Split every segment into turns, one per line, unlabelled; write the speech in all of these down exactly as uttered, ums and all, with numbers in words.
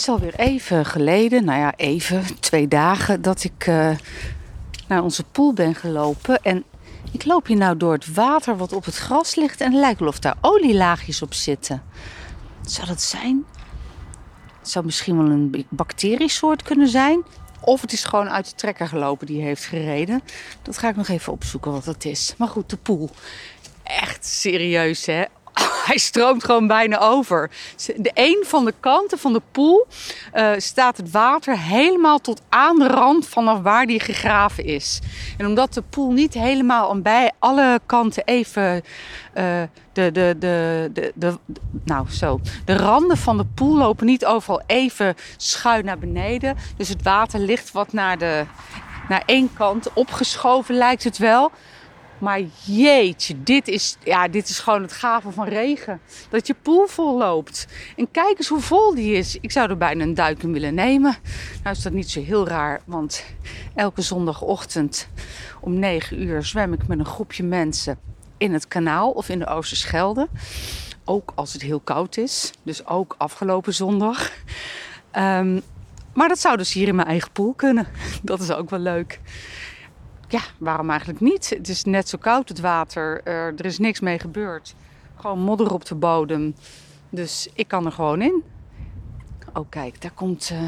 is alweer even geleden, nou ja, even, twee dagen, dat ik uh, naar onze poel ben gelopen. En ik loop hier nou door het water wat op het gras ligt en het lijkt wel of daar olielaagjes op zitten. Wat zou dat zijn? Het zou misschien wel een bacteriesoort kunnen zijn. Of het is gewoon uit de trekker gelopen die heeft gereden. Dat ga ik nog even opzoeken wat het is. Maar goed, de poel. Echt serieus, hè? Hij stroomt gewoon bijna over. De een van de kanten van de poel uh, staat het water helemaal tot aan de rand vanaf waar die gegraven is. En omdat de poel niet helemaal aan bij alle kanten even uh, de, de, de, de, de, nou zo, de randen van de poel lopen niet overal even schuin naar beneden. Dus het water ligt wat naar, de, naar één kant opgeschoven, lijkt het wel. Maar jeetje, dit is, ja, dit is gewoon het gave van regen. Dat je poel vol loopt. En kijk eens hoe vol die is. Ik zou er bijna een duik in willen nemen. Nou is dat niet zo heel raar. Want elke zondagochtend om negen uur zwem ik met een groepje mensen in het kanaal of in de Oosterschelde. Ook als het heel koud is. Dus ook afgelopen zondag. Um, maar dat zou dus hier in mijn eigen poel kunnen. Dat is ook wel leuk. Ja, waarom eigenlijk niet? Het is net zo koud, het water. Uh, er is niks mee gebeurd. Gewoon modder op de bodem. Dus ik kan er gewoon in. Oh, kijk, daar komt uh,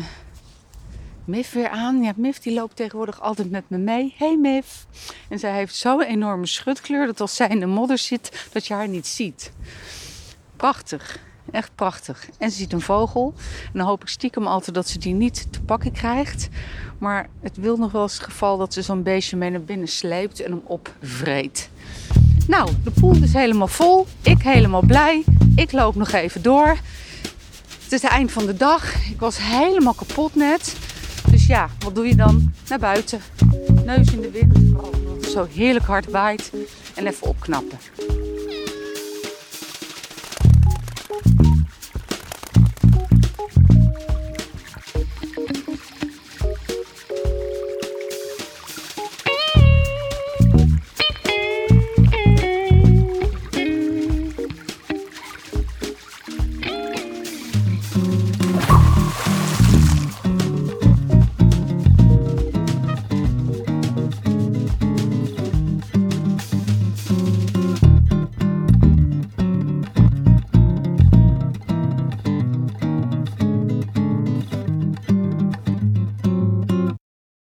Mif weer aan. Ja, Mif die loopt tegenwoordig altijd met me mee. Hey Mif. En zij heeft zo'n enorme schutkleur dat als zij in de modder zit, dat je haar niet ziet. Prachtig. Echt prachtig. En ze ziet een vogel. En dan hoop ik stiekem altijd dat ze die niet te pakken krijgt. Maar het wil nog wel eens het geval dat ze zo'n beestje mee naar binnen sleept en hem opvreet. Nou, de poel is helemaal vol. Ik helemaal blij. Ik loop nog even door. Het is het eind van de dag. Ik was helemaal kapot net. Dus ja, wat doe je dan? Naar buiten. Neus in de wind. Oh, omdat het zo heerlijk hard waait. En even opknappen.